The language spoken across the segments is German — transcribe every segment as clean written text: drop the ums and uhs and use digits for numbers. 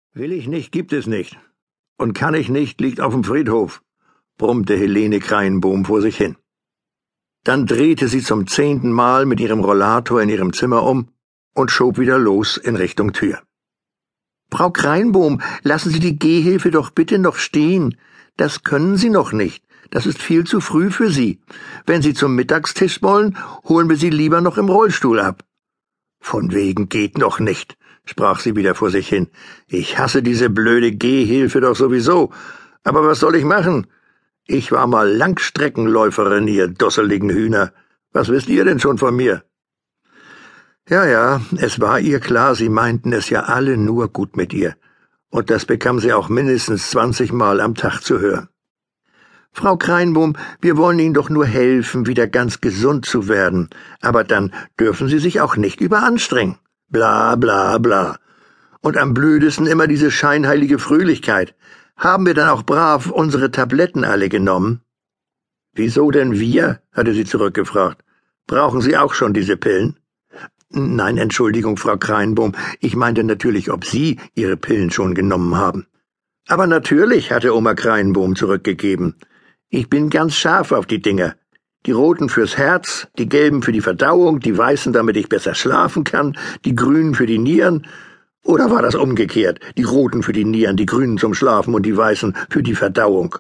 Will ich nicht, gibt es nicht. Und kann ich nicht, liegt auf dem Friedhof, brummte Helene Kreinbohm vor sich hin. Dann drehte sie zum 10. Mal mit ihrem Rollator in ihrem Zimmer um und schob wieder los in Richtung Tür. »Frau Kreinbohm, lassen Sie die Gehhilfe doch bitte noch stehen. Das können Sie noch nicht. Das ist viel zu früh für Sie. Wenn Sie zum Mittagstisch wollen, holen wir Sie lieber noch im Rollstuhl ab.« »Von wegen geht noch nicht«, sprach sie wieder vor sich hin. »Ich hasse diese blöde Gehhilfe doch sowieso. Aber was soll ich machen? Ich war mal Langstreckenläuferin, ihr dusseligen Hühner. Was wisst ihr denn schon von mir?« Ja, es war ihr klar, sie meinten es ja alle nur gut mit ihr. Und das bekam sie auch mindestens 20 Mal am Tag zu hören. »Frau Kreinbohm, wir wollen Ihnen doch nur helfen, wieder ganz gesund zu werden. Aber dann dürfen Sie sich auch nicht überanstrengen. Bla, bla, bla. Und am blödesten immer diese scheinheilige Fröhlichkeit. Haben wir dann auch brav unsere Tabletten alle genommen?« »Wieso denn wir?« hatte sie zurückgefragt. »Brauchen Sie auch schon diese Pillen?« »Nein, Entschuldigung, Frau Kreinbohm, ich meinte natürlich, ob Sie Ihre Pillen schon genommen haben.« »Aber natürlich«, hatte Oma Kreinbohm zurückgegeben. »Ich bin ganz scharf auf die Dinger. Die roten fürs Herz, die gelben für die Verdauung, die weißen, damit ich besser schlafen kann, die grünen für die Nieren. Oder war das umgekehrt? Die roten für die Nieren, die grünen zum Schlafen und die weißen für die Verdauung?«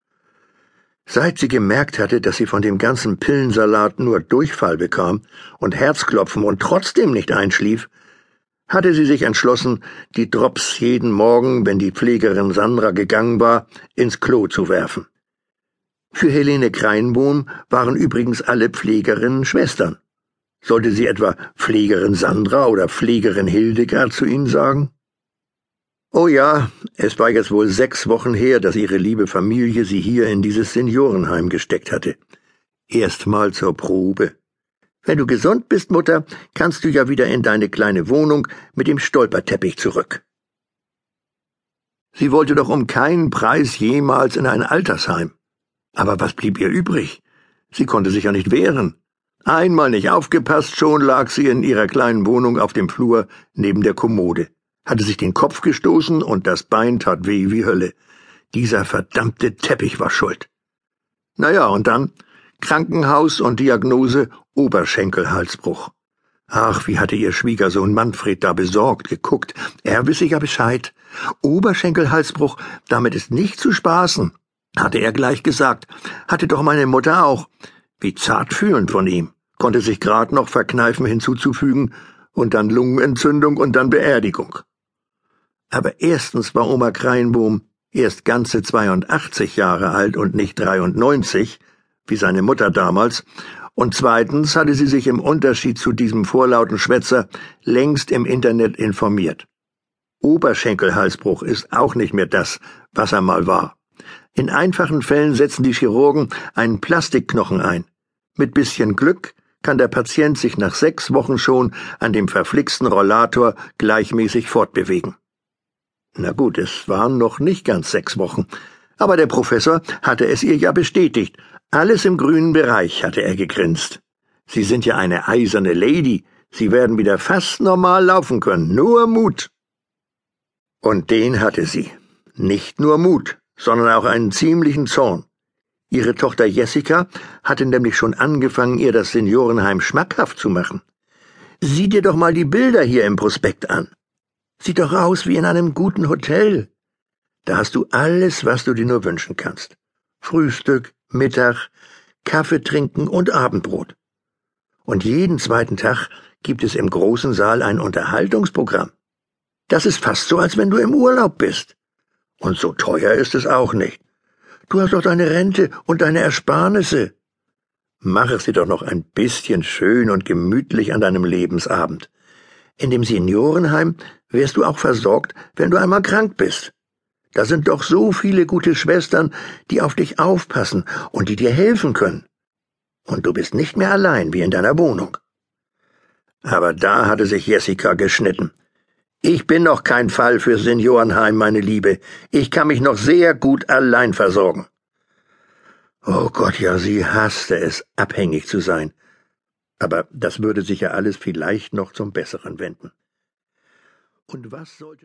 Seit sie gemerkt hatte, dass sie von dem ganzen Pillensalat nur Durchfall bekam und Herzklopfen und trotzdem nicht einschlief, hatte sie sich entschlossen, die Drops jeden Morgen, wenn die Pflegerin Sandra gegangen war, ins Klo zu werfen. Für Helene Kreinbohm waren übrigens alle Pflegerinnen Schwestern. Sollte sie etwa Pflegerin Sandra oder Pflegerin Hildegard zu ihnen sagen? Oh ja, es war jetzt wohl 6 Wochen her, dass ihre liebe Familie sie hier in dieses Seniorenheim gesteckt hatte. Erstmal zur Probe. »Wenn du gesund bist, Mutter, kannst du ja wieder in deine kleine Wohnung mit dem Stolperteppich zurück.« Sie wollte doch um keinen Preis jemals in ein Altersheim. Aber was blieb ihr übrig? Sie konnte sich ja nicht wehren. Einmal nicht aufgepasst, schon lag sie in ihrer kleinen Wohnung auf dem Flur neben der Kommode, hatte sich den Kopf gestoßen und das Bein tat weh wie Hölle. Dieser verdammte Teppich war schuld. Naja, und dann Krankenhaus und Diagnose Oberschenkelhalsbruch. Ach, wie hatte ihr Schwiegersohn Manfred da besorgt geguckt. Er wisse ja Bescheid. Oberschenkelhalsbruch, damit ist nicht zu spaßen, hatte er gleich gesagt. Hatte doch meine Mutter auch. Wie zartfühlend von ihm. Konnte sich grad noch verkneifen hinzuzufügen, und dann Lungenentzündung und dann Beerdigung. Aber erstens war Oma Kreinbohm erst ganze 82 Jahre alt und nicht 93, wie seine Mutter damals, und zweitens hatte sie sich im Unterschied zu diesem vorlauten Schwätzer längst im Internet informiert. Oberschenkelhalsbruch ist auch nicht mehr das, was er mal war. In einfachen Fällen setzen die Chirurgen einen Plastikknochen ein. Mit bisschen Glück kann der Patient sich nach 6 Wochen schon an dem verflixten Rollator gleichmäßig fortbewegen. Na gut, es waren noch nicht ganz 6 Wochen, aber der Professor hatte es ihr ja bestätigt. Alles im grünen Bereich, hatte er gegrinst. Sie sind ja eine eiserne Lady, Sie werden wieder fast normal laufen können, nur Mut. Und den hatte sie. Nicht nur Mut, sondern auch einen ziemlichen Zorn. Ihre Tochter Jessica hatte nämlich schon angefangen, ihr das Seniorenheim schmackhaft zu machen. »Sieh dir doch mal die Bilder hier im Prospekt an. Sieht doch aus wie in einem guten Hotel. Da hast du alles, was du dir nur wünschen kannst. Frühstück, Mittag, Kaffee trinken und Abendbrot. Und jeden 2. Tag gibt es im großen Saal ein Unterhaltungsprogramm. Das ist fast so, als wenn du im Urlaub bist. Und so teuer ist es auch nicht. Du hast doch deine Rente und deine Ersparnisse. Mach es dir doch noch ein bisschen schön und gemütlich an deinem Lebensabend. In dem Seniorenheim wirst du auch versorgt, wenn du einmal krank bist. Da sind doch so viele gute Schwestern, die auf dich aufpassen und die dir helfen können. Und du bist nicht mehr allein wie in deiner Wohnung.« Aber da hatte sich Jessica geschnitten. »Ich bin noch kein Fall für Seniorenheim, meine Liebe. Ich kann mich noch sehr gut allein versorgen.« Oh Gott, ja, sie hasste es, abhängig zu sein. Aber das würde sich ja alles vielleicht noch zum Besseren wenden. Und was sollte